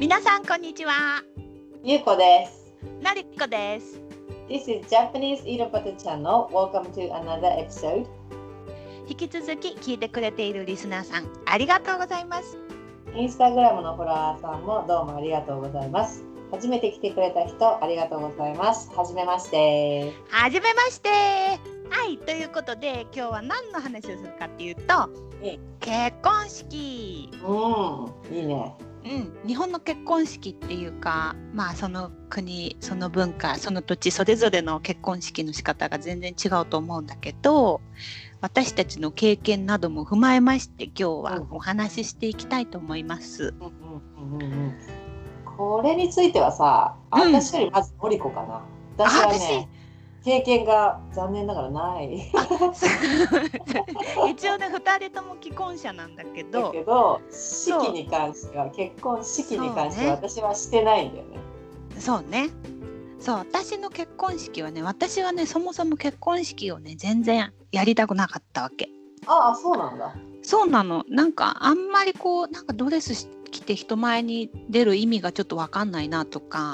皆さんこんにちは。 ゆうこです。 のりこです。 This is Japanese Irobata Channel. Welcome to another episode. 引き続き聞いてくれているリスナーさん、ありがとうございます。 インスタグラムのフォロワーさんもどうもありがとうございます。初めて来てくれた人、ありがとうございます。はじめまして。 はじめまして。はい、ということで今日は何の話をするかっていうと、結婚式。 いいね。 日本の結婚式っていうか、その国、その文化、その土地それぞれの結婚式の仕方が全然違うと思うんだけど、私たちの経験なども踏まえまして今日はお話ししていきたいと思います。 これについてはさ、私よりまずのりこかな。私はね、経験が残念ながらない。 一応ね、2人とも既婚者なんだけど、 式に関しては、結婚式に関しては私はしてないんだよね。 そうね。そう、私の結婚式はね、私はね、そもそも結婚式をね、全然やりたくなかったわけ。 ああ、そうなんだ。 そうなの。なんかあんまりこう、なんかドレス着て人前に出る意味がちょっと分かんないなとか、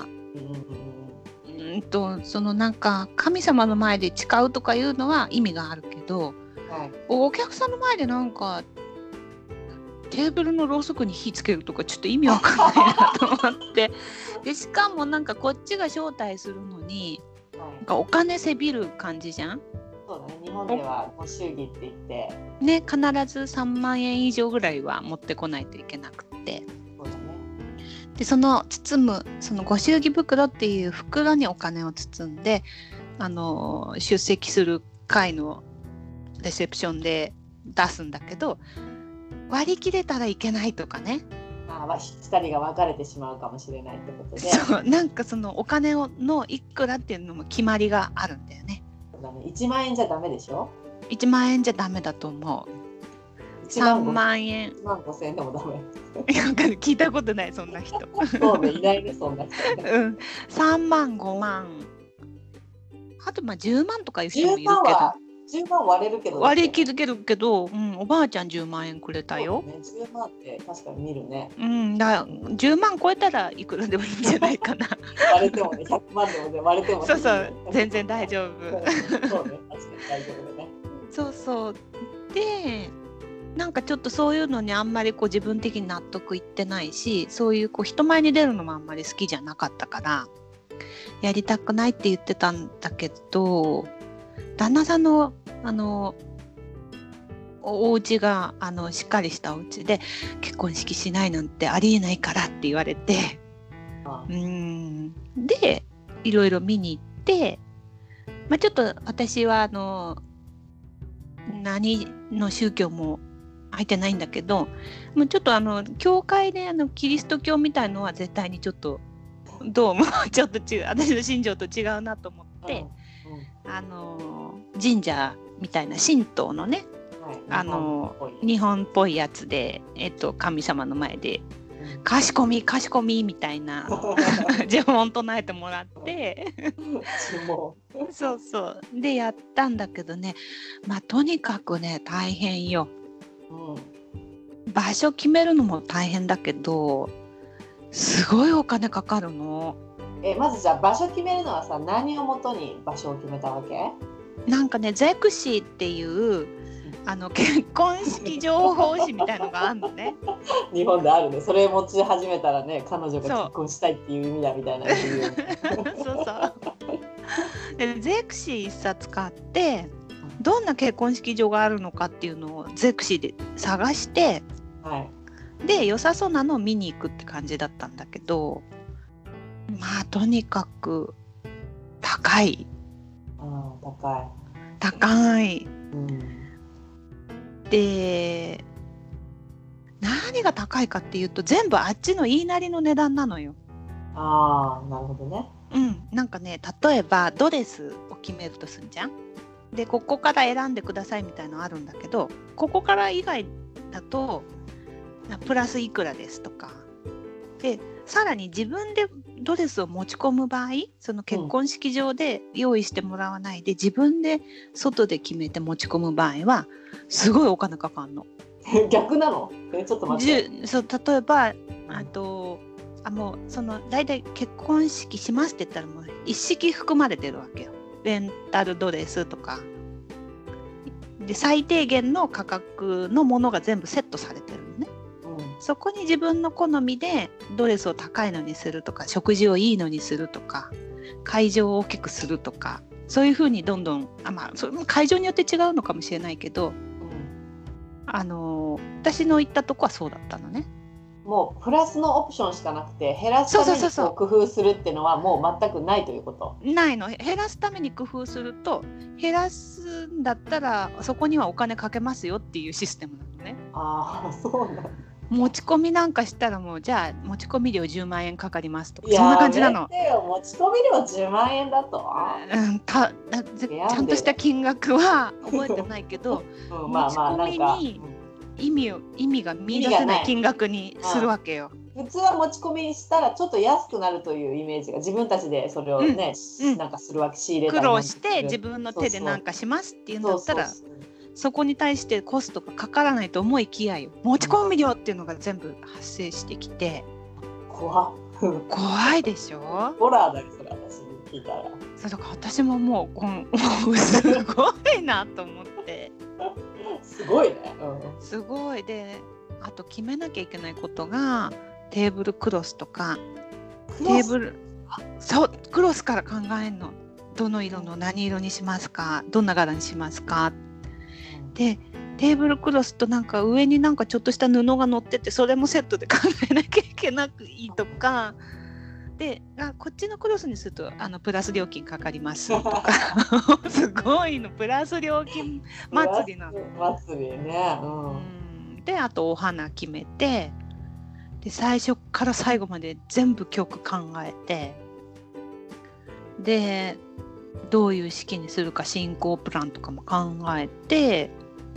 そのなんか神様の前で誓うとかいうのは意味があるけど、お客さんの前でなんかテーブルのろうそくに火つけるとかちょっと意味わかんないなと思ってでしかもなんかこっちが招待するのに、なんかお金せびる感じじゃん。 そうだね、日本ではご祝儀って言ってね、必ず3万円以上ぐらいは持ってこないといけなくて、でその包むそのご祝儀袋っていう袋にお金を包んで、出席する会のレセプションで出すんだけど、割り切れたらいけないとかね。 2人が別れてしまうかもしれないってことで、 そう、なんかそのお金のいくらっていうのも決まりがあるんだよね。 1万円じゃダメでしょ。 1万円じゃダメだと思う。3万円。 1万5,000円でもダメ。 聞いたことない、そんな人。 そうね、いないね、そんな人。 3万、5万。あと10万とかいう人もいるけど。 10万割れるけど。 割り切るけど、おばあちゃん10万円くれたよ。 10万って確かに見るね。 だから10万超えたらいくらでもいいんじゃないかな。 割れてもね、100万でもね、割れてもね。 そう、全然大丈夫。 そうね、確かに大丈夫だね。 そう。で、なんかちょっとそういうのにあんまりこう自分的に納得いってないし、そういうこう人前に出るのもあんまり好きじゃなかったからやりたくないって言ってたんだけど、旦那さんのお家がしっかりしたお家で結婚式しないなんてありえないからって言われて、でいろいろ見に行って、ちょっと私は何の宗教も入ってないんだけど、もうちょっと教会でキリスト教みたいのは絶対にちょっとどうもちょっと違う、私の信条と違うなと思って、神社みたいな神道のね、日本っぽいやつで、神様の前でかしこみみたいな呪文唱えてもらってそうでやったんだけどね、とにかくね大変よ。場所決めるのも大変だけどすごいお金かかるの。 まずじゃあ場所決めるのはさ、何をもとに場所を決めたわけ？ なんかね、ゼクシーっていう結婚式情報誌みたいのがあるのね。 日本であるね。それ持ち始めたらね、彼女が結婚したいっていう意味だみたいな。そうでゼクシー1冊買って、どんな結婚式場があるのかっていうのをゼクシーで探して、で良さそうなのを見に行くって感じだったんだけど、とにかく高い。高い。で、何が高いかっていうと全部あっちの言いなりの値段なのよ。 なるほどね。 なんかね、例えばドレスを決めるとするじゃん。でここから選んでくださいみたいなのあるんだけど、ここから以外だとプラスいくらですとかで、さらに自分でドレスを持ち込む場合、その結婚式場で用意してもらわないで、自分で外で決めて持ち込む場合はすごいお金かかるの。 逆なの？ちょっと待って。 そう、例えばもうその大体結婚式しますって言ったらもう一式含まれてるわけよ。レンタルドレスとかで最低限の価格のものが全部セットされてるのね。そこに自分の好みでドレスを高いのにするとか、食事をいいのにするとか、会場を大きくするとか、そういうふうにどんどんその会場によって違うのかもしれないけど、私の行ったとこはそうだったのね。 もうプラスのオプションしかなくて、減らすために工夫するっていうのはもう全くないということ。 ないの。減らすために工夫すると、減らすんだったらそこにはお金かけますよっていうシステムなのね。 そうなんだ。 持ち込みなんかしたらもうじゃあ持ち込み料10万円かかりますとか、そんな感じなの。 持ち込み料10万円だと、 ちゃんとした金額は覚えてないけど持ち込みに意味が見出せない金額にするわけよ。 普通は持ち込みしたらちょっと安くなるというイメージが、自分たちでそれをね、なんかするわけ、仕入れたり苦労して自分の手でなんかしますっていうんだったら、そこに対してコストがかからないと思いきやよ、持ち込み料っていうのが全部発生してきて、怖いでしょ。 ホラーだよそれ、私聞いたら。 そうだから私ももうすごいなと思ってすごいね、 すごい。であと決めなきゃいけないことがテーブルクロスとか、クロスから考えるの。どの色の何色にしますか、どんな柄にしますか。でテーブルクロスとなんか上になんかちょっとした布が乗ってて、それもセットで考えなきゃいけなくいいとかで、こっちのクロスにするとプラス料金かかりますとかすごいの、プラス料金祭りなの。 祭りね、 であとお花決めて、で最初から最後まで全部曲考えて、でどういう式にするか進行プランとかも考えて、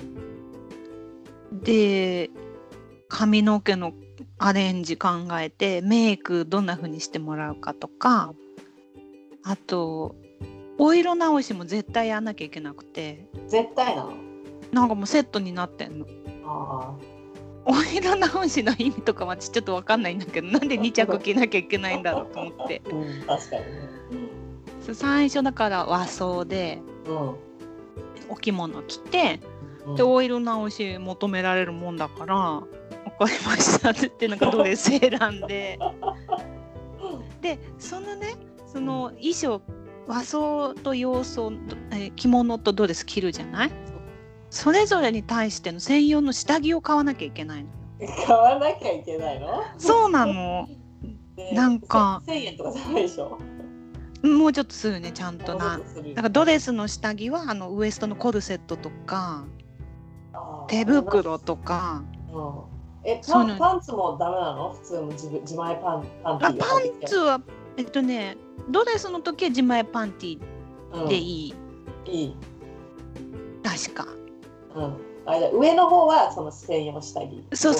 で髪の毛のアレンジ考えて、メイクどんな風にしてもらうかとか、あとお色直しも絶対やんなきゃいけなくて。 絶対なの？ なんかもうセットになってんの。お色直しの意味とか私ちょっと分かんないんだけど、なんで2着着なきゃいけないんだろうと思って、 確かにね。 最初だから和装で、お着物着て、でお色直し求められるもんだから分かりましたって言ってなんかドレス選んででその衣装、和装と洋装、着物とドレス着るじゃない。それぞれに対しての専用の下着を買わなきゃいけないの。 買わなきゃいけないの？ そうなの。なんか 1000円とかじゃないでしょ。 もうちょっとするね、ちゃんとな。だからドレスの下着はウエストのコルセットとか手袋とか。 パンツもダメなの？普通の自前パンティー。 パンツはドレスの時は自前パンティーでいい。確か。 上の方はその専用下着。そう。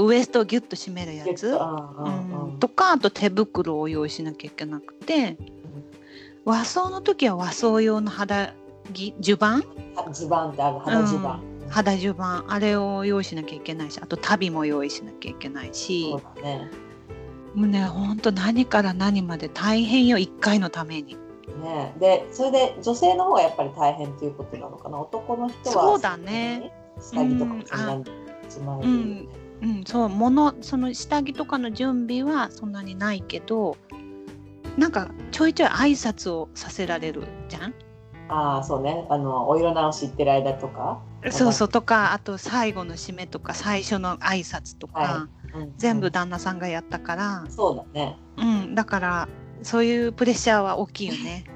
ウエストをギュッと締めるやつとか、あと手袋を用意しなきゃいけなくて、和装の時は和装用の肌襦袢ってある、肌襦袢、あれを用意しなきゃいけないし、あと足袋も用意しなきゃいけないし、もうね、ほんと何から何まで大変よ、1回のために。 でそれで女性の方がやっぱり大変ということなのかな。男の人はそうだね、 下着とかもそんなに自前で、 その下着とかの準備はそんなにないけど、なんかちょいちょい挨拶をさせられるじゃん。 そうね、お色直し行ってる間とか、 とか、あと最後の締めとか最初の挨拶とか、全部旦那さんがやったから。 そうだね。 だからそういうプレッシャーは大きいよね。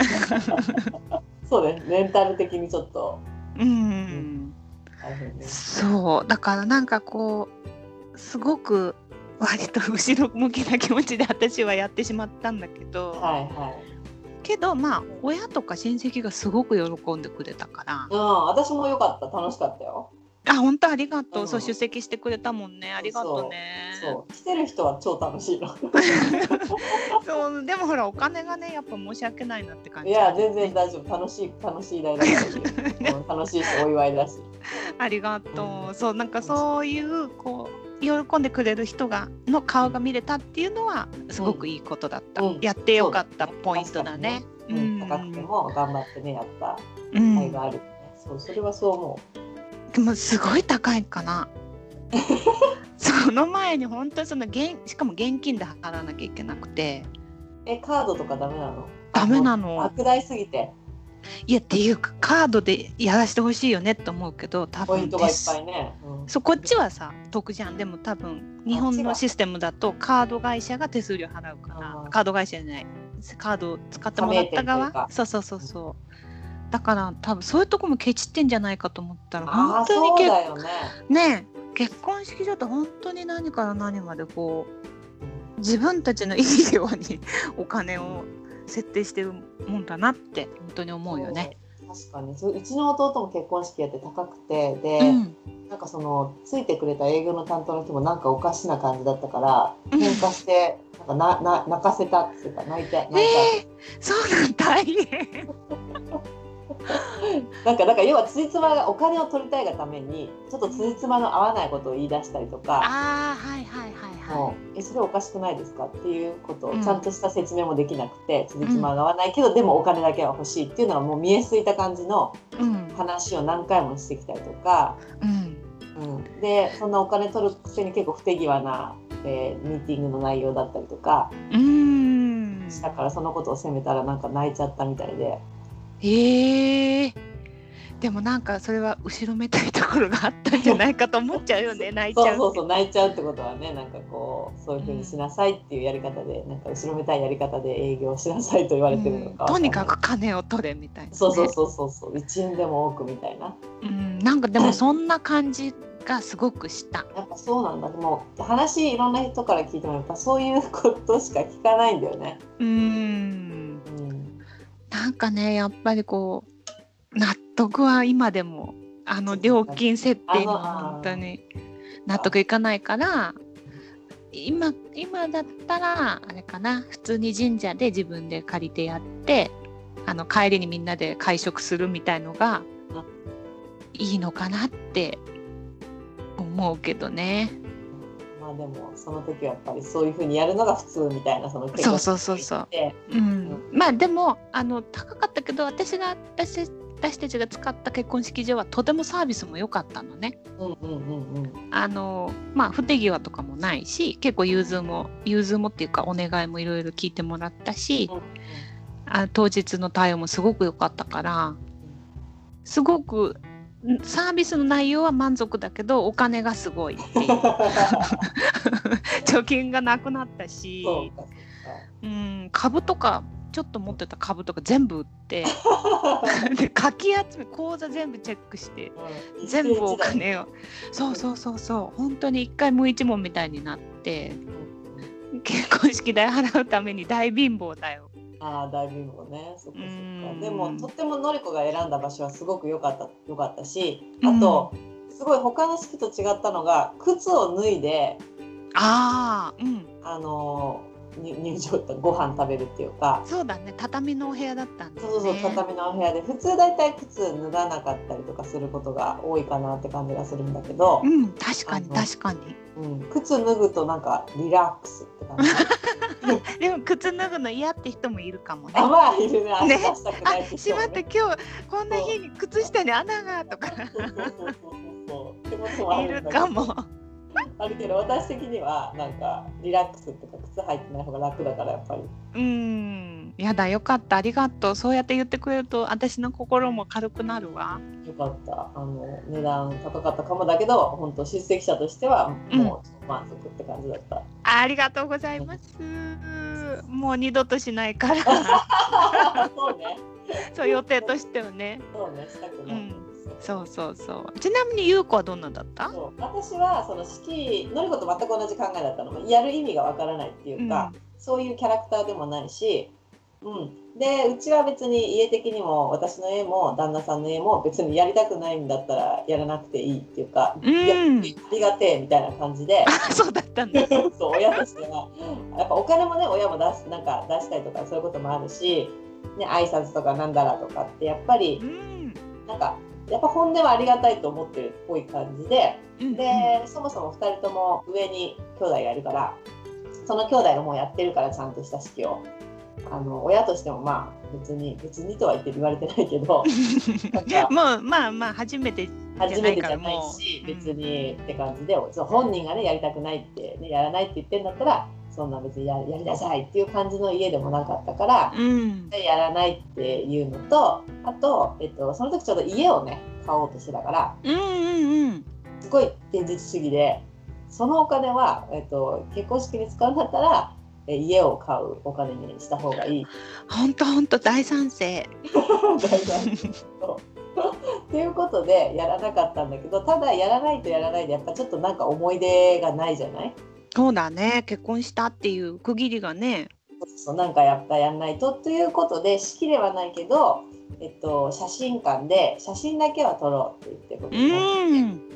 そうね、メンタル的にちょっと。 そうだからなんかすごく割と後ろ向きな気持ちで私はやってしまったんだけど、けど親とか親戚がすごく喜んでくれたから。 私もよかった、楽しかったよ。 本当ありがとう。そう、出席してくれたもんね。ありがとうね。 そう来てる人は超楽しいの。 そうでもほらお金がね、やっぱ申し訳ないなって感じ。 いや全然大丈夫、楽しい代だし楽しいしお祝いだし。 ありがとう。そうなんかそういう喜んでくれる人の顔が見れたっていうのはすごくいいことだった、 うんやってよかったポイントだね。 高くても頑張ってねやった愛がある、そうそれはそう思う。でもすごい高いかなその前に本当にしかも現金で払わなきゃいけなくて。 カードとかダメなの？ ダメなの。 莫大すぎて。 いやっていうかカードでやらせてほしいよねと思うけど、多分ポイントがいっぱいね、 こっちはさ得じゃん。でも多分日本のシステムだとカード会社が手数料払うから、カード会社じゃない、カードを使ってもらった側、そうだから多分そういうとこもケチってんじゃないかと思ったら、本当にそうだよね結婚式場って本当に何から何までこう自分たちのいいようにお金を設定してるもんだなって本当に思うよね。 確かにうちの弟も結婚式やって高くてで、なんかついてくれた営業の担当の人もなんかおかしな感じだったから喧嘩して、なんか泣かせたっていうか泣いた。 そうなん大変なんか要は辻褄がお金を取りたいがためにちょっと辻褄の合わないことを言い出したりとか、それおかしくないですかっていうことをちゃんとした説明もできなくて、辻褄が合わないけど、でもお金だけは欲しいっていうのはもう見えすいた感じの話を何回もしてきたりとか、でそんなお金取るくせに結構不手際な、ミーティングの内容だったりとかしたから、そのことを責めたらなんか泣いちゃったみたいで。 でもなんかそれは後ろめたいところがあったんじゃないかと思っちゃうよね泣いちゃう。 そう泣いちゃうってことはね、なんかこうそういう風にしなさいっていうやり方で、なんか後ろめたいやり方で営業しなさいと言われてるのか、 とにかく金を取れみたいな、ね、 そう1円でも多くみたいな、 なんかでもそんな感じがすごくしたやっぱそうなんだ。でも話いろんな人から聞いてもやっぱそういうことしか聞かないんだよね。 なんかねやっぱりこう納得は今でも料金設定に本当に納得いかないから、今だったらあれかな、普通に神社で自分で借りてやって帰りにみんなで会食するみたいのがいいのかなって思うけどね。 まあでもその時はやっぱりそういう風にやるのが普通みたいな、その結婚式って、まあでも高かったけど私たちが使った結婚式場はとてもサービスも良かったのね。まあ不手際とかもないし、結構融通もっていうかお願いもいろいろ聞いてもらったし、当日の対応もすごく良かったから、すごくサービスの内容は満足だけどお金がすごいっていう貯金がなくなったし、株とかちょっと持ってた株とか全部売ってでかき集め、口座全部チェックして、全部お金をそう本当に一回無一文みたいになって、結婚式代払うために大貧乏だよ。 大貧乏ね。そっか。でもとってものりこが選んだ場所はすごく良かったし、あと、すごい他の式と違ったのが靴を脱いで入場ご飯食べるっていうか。 そうだね、畳のお部屋だったんですね。 そう畳のお部屋で、普通だいたい靴脱がなかったりとかすることが多いかなって感じがするんだけど、 確かに、 靴脱ぐとなんかリラックスって感じでも靴脱ぐの嫌って人もいるかもね。 まあいるね。足出したくないって人もね。しまって今日こんな日に靴下に穴がとかいるかも。 あるけど私的にはなんかリラックスっていうか、靴履いてない方が楽だからやっぱり。 やだ、よかった、ありがとう。そうやって言ってくれると私の心も軽くなるわ。 よかった。値段高かったかもだけど、本当出席者としてはもう満足って感じだった。 ありがとうございます。もう二度としないからそうね。 そう予定としてはね。 そうね、したくない。 そうちなみに優子はどんなだった？ 私はその式のりこと全く同じ考えだったの。やる意味がわからないっていうか、そういうキャラクターでもないし、でうちは別に家的にも私の絵も旦那さんの絵も別にやりたくないんだったらやらなくていいっていうか、ありがてえみたいな感じでそうだったんだそう親としてはやっぱお金もね、親も出したりとかそういうこともあるし、ね、挨拶とかなんだらとかってやっぱり、なんかやっぱ本音はありがたいと思ってるっぽい感じで、でそもそも2人とも上に兄弟がいるから、その兄弟がもうやってるからちゃんとした式を親としてもまあ別にとは言われてないけどもうまあ初めてじゃないし、別にって感じで、本人がねやりたくないって、ね、やらないって言ってんだったらそんな別に やりなさいっていう感じの家でもなかったから、やらないっていうのと、あと、その時ちょうど家をね買おうとしてたから、すごい現実主義で、そのお金は、結婚式に使うんだったら家を買うお金にした方がいい。 ほんと大賛成。 っていうことでやらなかったんだけど、ただやらないとやらないでやっぱちょっとなんか思い出がないじゃない。 そうだね、結婚したっていう区切りがね。 なんかやらないとということで、式ではないけど、写真館で写真だけは撮ろうって言ってことになって、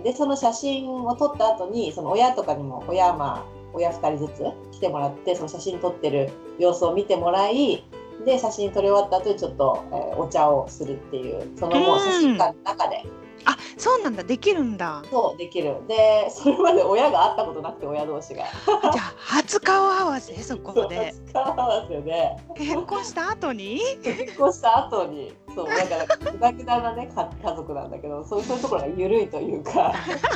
でその写真を撮った後にその親とかにも親2人ずつ来てもらって、その写真撮ってる様子を見てもらい、で写真撮り終わった後にちょっと、お茶をするっていう、そのもう写真館の中で。 あ、そうなんだ、できるんだ。 そうできる。でそれまで親が会ったことなくて、親同士がじゃあ初顔合わせ、そこで初顔合わせで結婚した後にそうだからグダグダなね家族なんだけど、そういうところが緩いというか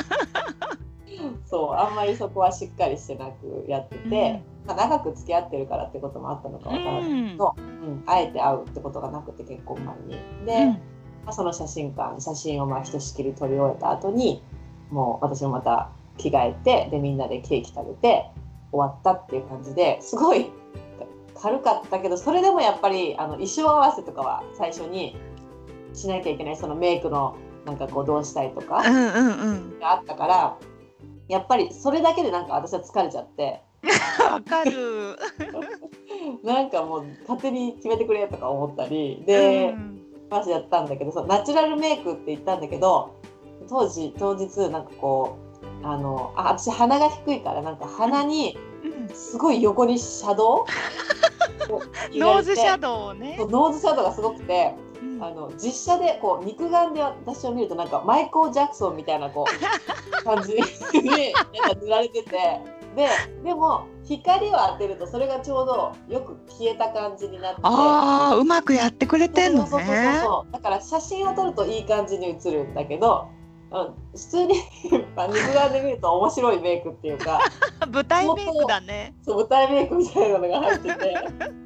そうあんまりそこはしっかりしてなくやってて、長く付き合ってるからってこともあったのかわからないけど、あえて会うってことがなくて、結婚前にで、その写真をひとしきり撮り終えた後に、もう私もまた着替えて、でみんなでケーキ食べて終わったっていう感じで、すごい軽かったけど、それでもやっぱり衣装合わせとかは最初にしなきゃいけない、そのメイクのなんかこうどうしたいとかがあったから、やっぱりそれだけでなんか私は疲れちゃってわかるなんかもう勝手に決めてくれとか思ったりで、マジやったんだけど、そのナチュラルメイクって言ったんだけど、当日なんかこう私鼻が低いから、なんか鼻にすごい横にシャドウノーズシャドウね。 ノーズシャドウがすごくて、実写でこう肉眼で私を見るとなんかマイケル・ジャクソンみたいなこう感じに塗られてて、でも光を当てるとそれがちょうどよく消えた感じになって、 うまくやってくれてんのね。 そうだから写真を撮るといい感じに写るんだけど、普通に肉眼で見ると面白いメイクっていうか舞台メイクだね。 そう、舞台メイクみたいなのが入ってて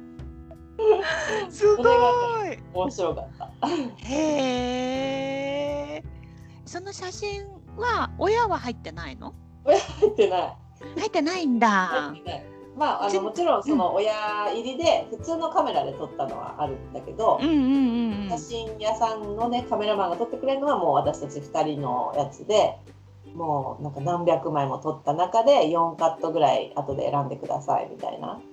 すごい、 ね、面白かった。 へえ。その写真は親は入ってないの？ 親入ってない。 入ってないんだ。 まあもちろんその親入りで普通のカメラで撮ったのはあるんだけど、写真屋さんのねカメラマンが撮ってくれるのはもう私たち2人のやつで、もうなんか何百枚も撮った中で4カットぐらい後で選んでくださいみたいな。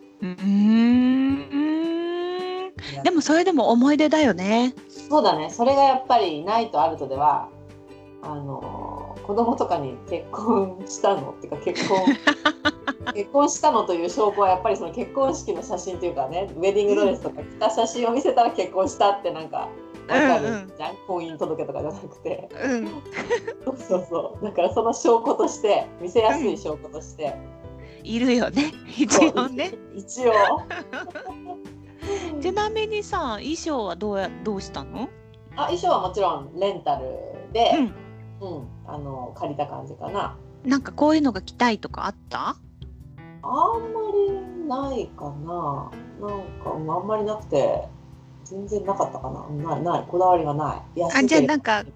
でもそれでも思い出だよね。 そうだね。それがやっぱりないとあるとでは子供とかに結婚したのっていうか結婚したのという証拠はやっぱりその結婚式の写真というかね、ウェディングドレスとか着た写真を見せたら結婚したってなんか分かるじゃん、婚姻届とかじゃなくて、そうだからその証拠として見せやすい証拠として、 いるよね一応ね。 一応ちなみにさ、衣装はどうしたの？ 衣装はもちろんレンタルで、借りた感じかな。 なんかこういうのが着たいとかあった？ あんまりないかな。なんかあんまりなくて、全然なかったかな。ないこだわりがない。 じゃあなんか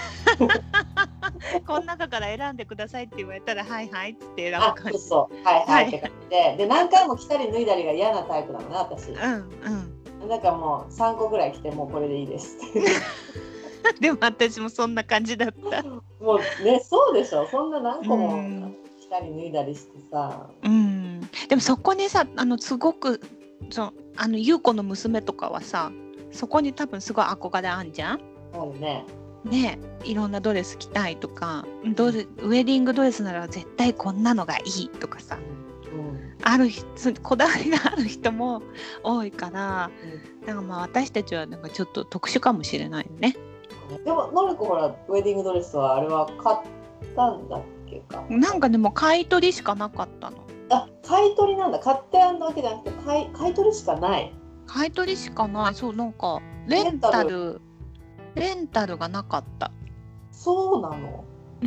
この中から選んでくださいって言われたらはいはいって選ぶ感じ。 そうはいって感じで何回も着たり脱いだりが嫌なタイプなのね私。だからもう3個ぐらい着てもうこれでいいですでも私もそんな感じだった。 もうね、そうでしょ。そんな何個も着たり脱いだりしてさ。 でもそこにさ、すごく優子の娘とかはさ、そこに多分すごい憧れあんじゃん。 あるね。 ね、いろんなドレス着たいとか、ウェディングドレスなら絶対こんなのがいいとかさ、あるこだわりがある人も多いから、だからまあ私たちはなんかちょっと特殊かもしれないよね。 でものりこほらウェディングドレスはあれは買ったんだっけか。 なんかでも買い取りしかなかったの。 あ、買い取りなんだ。買ってあるわけじゃなくて買い取りしかない。 買い取りしかない。そうなんかレンタルがなかった。 そうなの。 うん。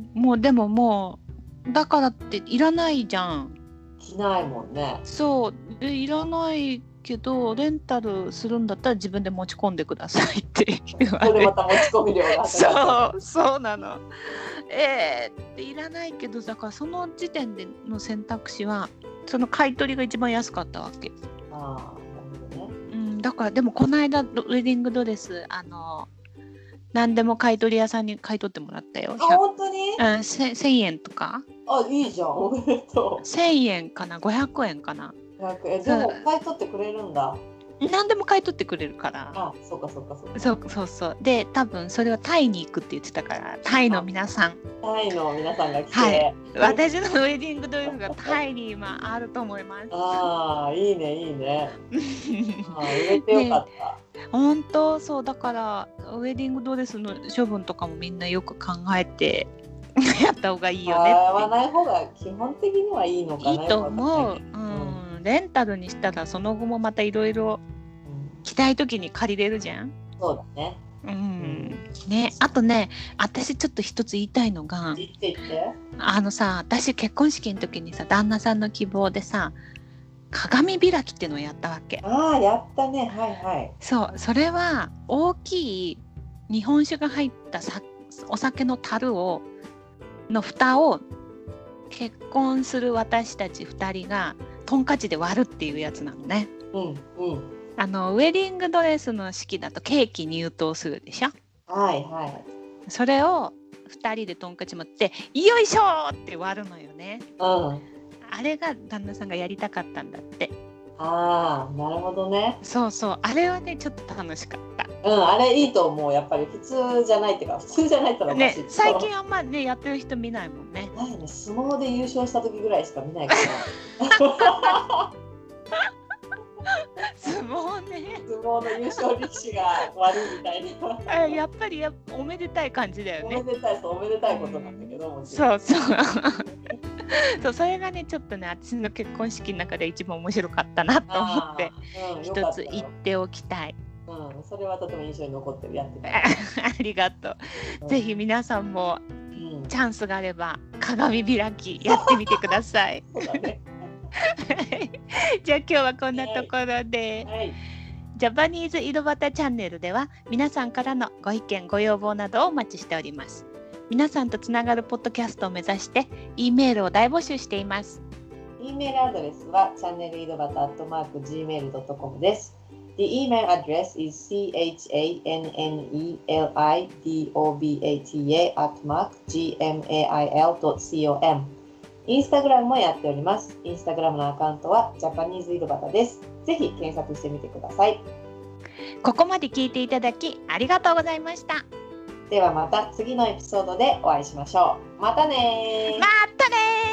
もうでももうだからっていらないじゃん。 着ないもんね。 そうでいらないけどレンタルするんだったら自分で持ち込んでくださいって言われて。 それでまた持ち込み料がそうなの。っていらないけどだからその時点での選択肢はその買い取りが一番安かったわけ。 ああ、なるほどね。 うん、だからでもこの間ウェディングドレス何でも買い取り屋さんに買い取ってもらったよ。 あ、本当に ？1000円とか。 あ、いいじゃん。おめでとう。 1000円かな500円かな。 でも買い取ってくれるんだ。 何でも買い取ってくれるから。 あ、そうか。 そうで多分それはタイに行くって言ってたからタイの皆さんが来て、 はい、私のウェディングドレスがタイに今あると思います。 ああ、いいね売れてよかった、 ね、本当そうだからウェディングドレスの処分とかもみんなよく考えてやった方がいいよねって。 買わない方が基本的にはいいのかな。 いいと思う、レンタルにしたらその後もまたいろいろ着たい時に借りれるじゃん。 そうだね。 ね、あとね私ちょっと一つ言いたいのが私結婚式の時にさ旦那さんの希望でさ鏡開きっていうのをやったわけ。 ああ、やったね。はい。 そうそれは大きい日本酒が入ったお酒の樽の蓋を結婚する私たち2人がトンカチで割るっていうやつなのね。ウェディングドレスの式だとケーキ入刀するでしょ。それを2人でトンカチ持ってよいしょーって割るのよね。あれが旦那さんがやりたかったんだって。 ああ、なるほどね。 そうあれはねちょっと楽しかった。 あれいいと思う。やっぱり普通じゃないっていうか普通じゃないってのはおかしい、 最近あんまねやってる人見ないもんね。 ないね。相撲で優勝した時ぐらいしか見ないから相撲ね。 相撲の優勝力士が悪いみたいなやっぱりおめでたい感じだよね。 おめでたいことなんだけど、 そうそれがねちょっとね私の結婚式の中で一番面白かったなと思って一つ言っておきたい。 それはとても印象に残ってる。やってたありがとう、ぜひ皆さんも、チャンスがあれば鏡開きやってみてください。 そうだねじゃあ今日はこんなところで、ジャパニーズ井戸端チャンネルでは皆さんからのご意見ご要望などをお待ちしております。皆さんとつながるポッドキャストを目指して E メールを大募集しています。 E メールアドレスは channelidobata@gmail.com です。The email address is chanelidobata@gmail.com。 インスタグラムもやっております。インスタグラムのアカウントはジャパニーズ井戸端です。ぜひ検索してみてください。 ここまで聞いていただきありがとうございました。 ではまた次のエピソードでお会いしましょう。またね。 またね。